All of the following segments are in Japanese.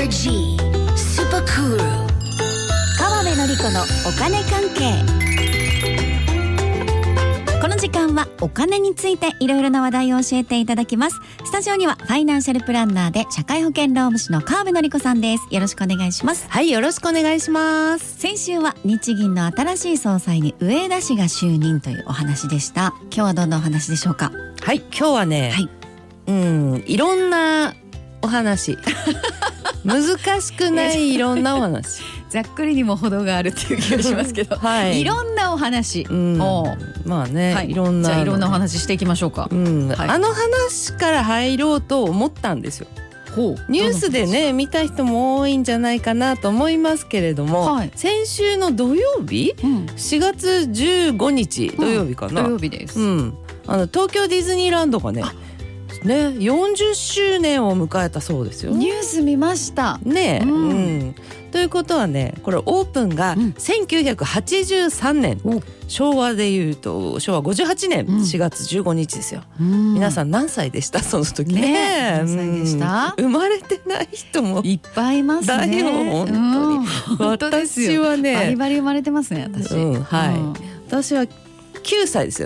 G Super Cool 川辺典子のお金関係。この時間はお金についていろいろな話題を教えていただきます。スタジオにはファイナンシャルプランナーで社会保険労務士の川辺典子さんです。よろしくお願いします。 はい、よろしくお願いします。 先週は日銀の新しい総裁に植田氏が就任というお話でした。今日はどんなお話でしょうか？ はい、今日はね、 はい、 いろんなお話難しくないいろんなお話ざっくりにも程があるっていう気がしますけど、 はい、 いろんなお話、 まあね、 はい、 いろんな、 じゃあいろんなお話していきましょうか。はい、 あの話から入ろうと思ったんですよ。ニュースでね見た人も多いんじゃないかなと思いますけれども、はい、先週の土曜日、4月15日土曜日かな、 土曜日です、 東京ディズニーランドがね40周年を迎えたそうですよ。 ニュース見ましたね、ということはね、これオープンが1983年、昭和でいうと昭和58年4月15日ですよ。皆さん何歳でした？その時ね。 何歳でした？ 生まれてない人もいっぱいいますね。 だよ本当に。 本当ですよ。 私はねバリバリ生まれてますね私。 私は9歳ですよ。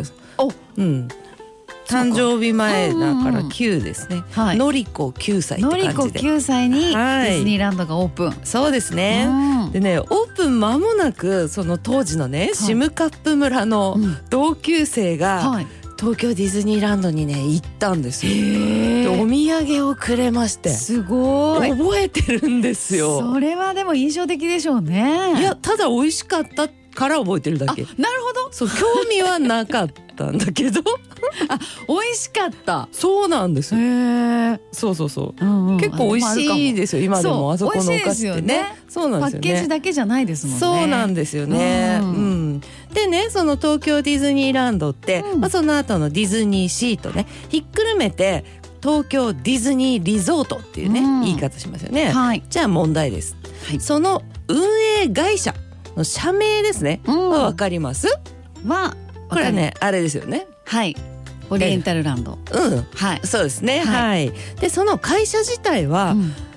誕生日前だから9ですね。のりこ9歳って感じで。 のりこ9歳にディズニーランドがオープン。 そうですね。でね、オープン間もなくその当時のね、シムカップ村の同級生が東京ディズニーランドにね行ったんですよ。でお土産をくれまして。 すごい。 覚えてるんですよ。 それはでも印象的でしょうね。 いや、ただ美味しかったから覚えてるだけ。 なるほど。 そう、興味はなかったんだけど美味しかった。 そうなんですよ。そうそうそう、結構美味しいですよ今でも。あそこのお菓子ってね。そうなんですよね。 パッケージだけじゃないですもんね。 そうなんですよね。でね、その東京ディズニーランドって、その後のディズニーシーとねひっくるめて東京ディズニーリゾートっていうね、言い方しますよね。じゃあ問題です。その運営会社の社名ですね。わかります？これはねあれですよね。 はい。オリエンタルランド。 はい。そうですね。はい。でその会社自体は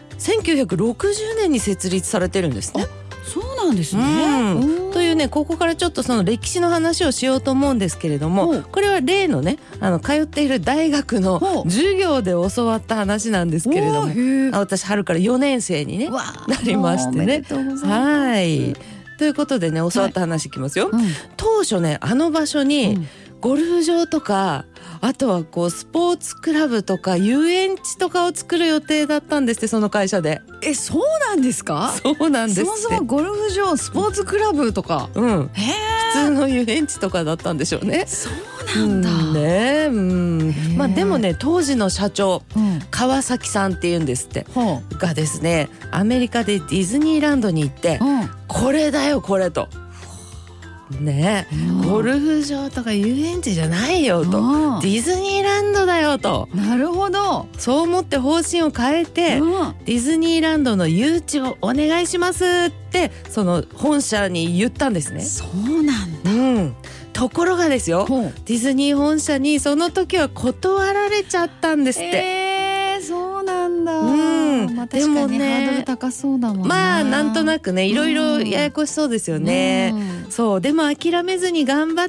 1960年に設立されてるんですね。 そうなんですね。 というね、ここからちょっとその歴史の話をしようと思うんですけれども、これは例のね通っている大学の授業で教わった話なんですけれども、私春から4年生にねなりましてね。はい。ということでね、教わった話いきますよ。当初ね、あの場所にゴルフ場とか、あとはこうスポーツクラブとか遊園地とかを作る予定だったんですって、その会社で。 そうなんですか？ そうなんですって。 そもそもゴルフ場、スポーツクラブとか、 普通の遊園地とかだったんでしょうね。 そうなんだ。 まあでもね、当時の社長、川崎さんっていうんですって、がですね、アメリカでディズニーランドに行って、これだよこれと。ね、ゴルフ場とか遊園地じゃないよと、ディズニーランドだよと。 なるほど。 そう思って方針を変えて、ディズニーランドの誘致をお願いしますってその本社に言ったんですね。 そうなんだ。 ところがですよ、ディズニー本社にその時は断られちゃったんですって。 そうなんだ。 でもね、 ハードル高そうだもんね。 まあなんとなくね、いろいろややこしそうですよね。そう、でも諦めずに頑張って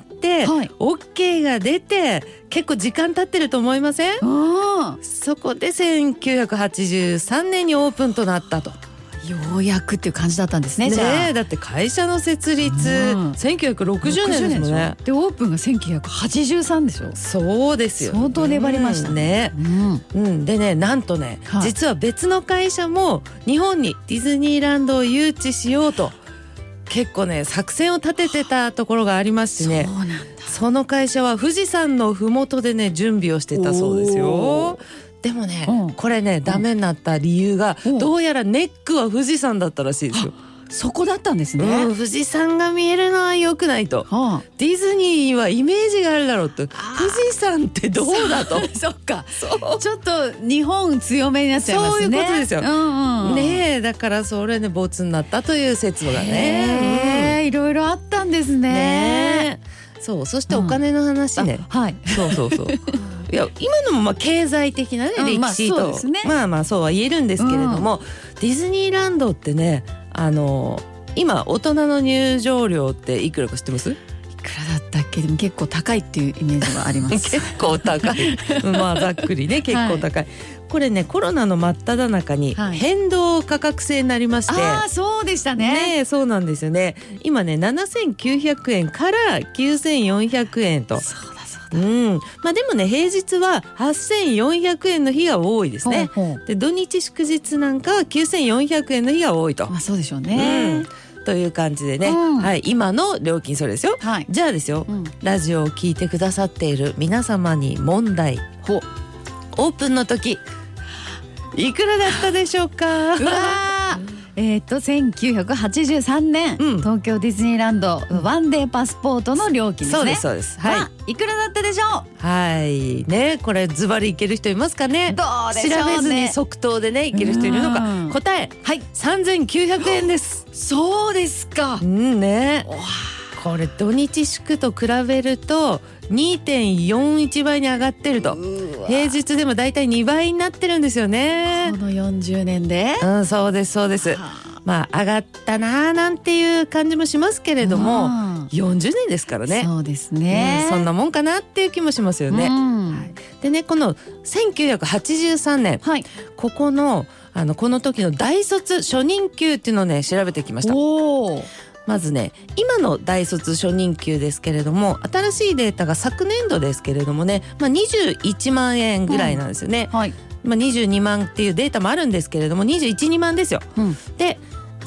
、OK が出て結構時間経ってると思いません？そこで1983年にオープンとなったと。 ようやくっていう感じだったんですね。じゃあだって会社の設立、1960年ですもんね。 でオープンが1983でしょ。 そうですよ。 相当粘りましたね。 でね、なんとね、実は別の会社も日本にディズニーランドを誘致しようと結構ね作戦を立ててたところがありますしね。その会社は富士山のふもとでね準備をしてたそうですよ。でもね、これねダメになった理由が、どうやらネックは富士山だったらしいですよ。 そこだったんですね。 富士山が見えるのは良くないと、ディズニーはイメージがあるだろうと、富士山ってどうだとそっか、ちょっと日本強めになっちゃいますね。 そういうことですよ。ねえ、だからそれねボツになったという説がね、 いろいろあったんですね。 そう、そしてお金の話ね。 はい。 そういや今のもまあ経済的なね、歴史と、まあそうは言えるんですけれども、ディズニーランドってね、今大人の入場料っていくらか知ってます？ いくらだったっけ？でも結構高いっていうイメージはあります結構高いまあざっくりね、結構高い、これねコロナの真っ只中に変動価格制になりまして、 そうでしたね。 そうなんですよね。今ね7900円から9400円と。まあでもね平日は8400円の日が多いですね。で土日祝日なんかは9400円の日が多いと。 そうでしょうね。 という感じでね、今の料金それですよ。じゃあですよ、ラジオを聞いてくださっている皆様に問題。オープンの時いくらだったでしょうか？ 1983年、東京ディズニーランドワンデーパスポートの料金ですね。 そうです。 いくらだったでしょう？ はいね、これズバリいける人いますかね？ どうでしょうね。 調べずに即答でねいける人いるのか。答え、3900円です。 そうですか。 ね、これ土日祝と比べると 2.41 倍に上がってると。平日でもだいたい2倍になってるんですよね。 この40年で。 そうですそうです。まあ上がったなーなんていう感じもしますけれども、40年ですからね。 そうですね、 そんなもんかなっていう気もしますよね。でね、この1983年、ここのこの時の大卒初任給っていうのをね調べてきました。まずね今の大卒初任給ですけれども、新しいデータが昨年度ですけれどもね、21万円ぐらいなんですよね。22万っていうデータもあるんですけれども、21、2万ですよ。で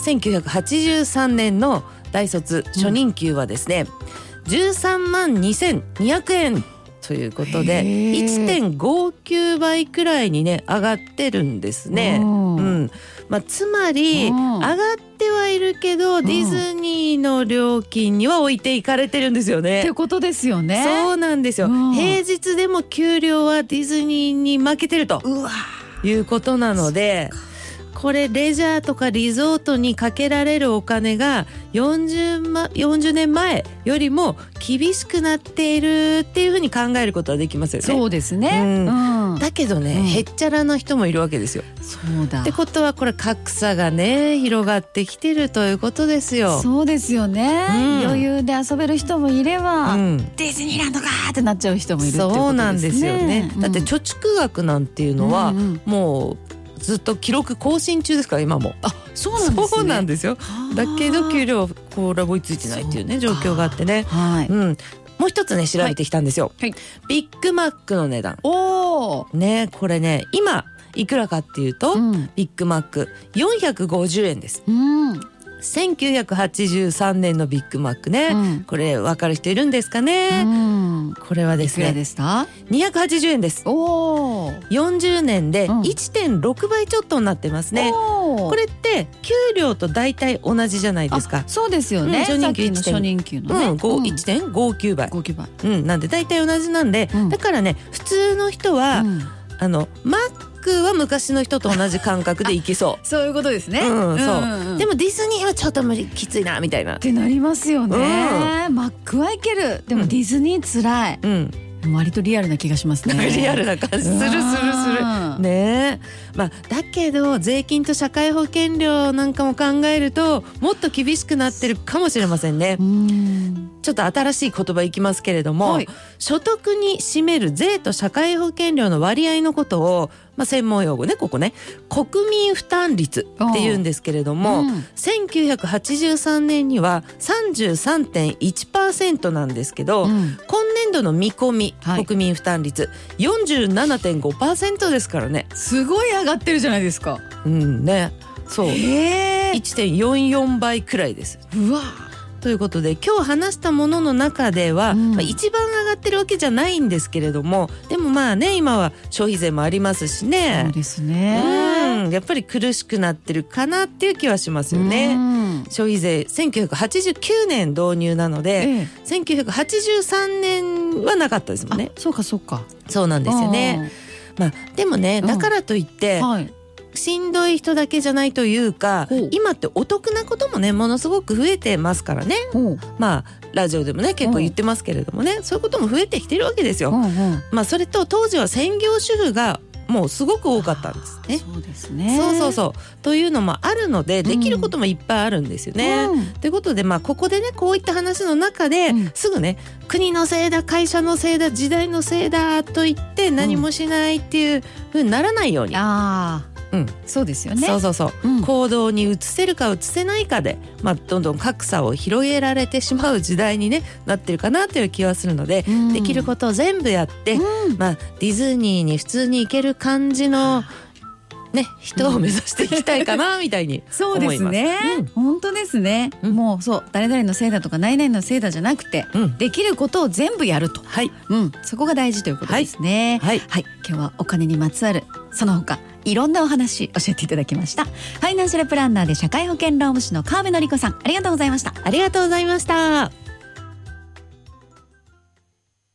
1983年の大卒初任給はですね、13万2200円ということで 1.59 倍くらいにね上がってるんですね。つまり上がってはいるけど、ディズニーの料金には置いていかれてるんですよね。 ってことですよね。 そうなんですよ。平日でも給料はディズニーに負けてるということなので、これレジャーとかリゾートにかけられるお金が40年前よりも厳しくなっているっていうふうに考えることはできますよね。 そうですね。 だけどね、へっちゃらな人もいるわけですよ。 そうだ。 ってことはこれ格差がね広がってきてるということですよ。 そうですよね。余裕で遊べる人もいれば、ディズニーランドかーってなっちゃう人もいるってことですね。 そうなんですよね。だって貯蓄額なんていうのは、もうずっと記録更新中ですから今も。 そうなんですね。 そうなんですよ。だけど給料これ追いついてないっていうね状況があってね。もう一つね調べてきたんですよ。ビッグマックの値段。ね、これね今いくらかっていうと、ビッグマック450円です。1983年のビッグマックね、これ分かる人いるんですかね。これはですね、 いくらでした？ 280円です。40年で 1.6 倍ちょっとになってますね。これって給料と大体同じじゃないですか。 そうですよね。初任給のね、 1.59 倍。なんで大体同じなんで、だからね普通の人は、マックは昔の人と同じ感覚でいけそう。 そういうことですね。 でもディズニーはちょっと無理、きついなみたいなってなりますよね。マックはいける。でもディズニーつらい。割とリアルな気がしますね。 リアルな感じするね。だけど税金と社会保険料なんかも考えるともっと厳しくなってるかもしれませんね。ちょっと新しい言葉いきますけれども、所得に占める税と社会保険料の割合のことを、専門用語ね、ここね国民負担率っていうんですけれども、1983年には 33.1% なんですけど、今年度の見込み、国民負担率 47.5% ですからね。 すごい上がってるじゃないですか。 ね、そう、1.44 倍くらいです。ということで今日話したものの中では、一番上がってるわけじゃないんですけれども、でも今は消費税もありますしね。 そうですね。 やっぱり苦しくなってるかなっていう気はしますよね。消費税1989年導入なので、1983年はなかったですもんね。 そうかそうか。 そうなんですよね。でもね、だからといって、 しんどい人だけじゃないというか、今ってお得なこともねものすごく増えてますからね。まあラジオでもね結構言ってますけれどもね、そういうことも増えてきてるわけですよ。まあそれと当時は専業主婦がもうすごく多かったんですね。 そうですね。 そうというのもあるのでできることもいっぱいあるんですよね。ということでここでねこういった話の中で、すぐね国のせいだ会社のせいだ時代のせいだと言って何もしないっていう風にならないように。 そうですよね。 行動に移せるか移せないかで、どんどん格差を広げられてしまう時代に、ね、なってるかなという気はするので、できることを全部やって、ディズニーに普通に行ける感じの、人を目指していきたいかなみたいに思います。 そうですね、本当ですね、もうそう誰々のせいだとか何々のせいだじゃなくて、できることを全部やると、そこが大事ということですね。今日はお金にまつわるその他いろんなお話教えていただきました。ファイナンシャルプランナーで社会保険労務士の川辺典子さん、ありがとうございました。 ありがとうございました。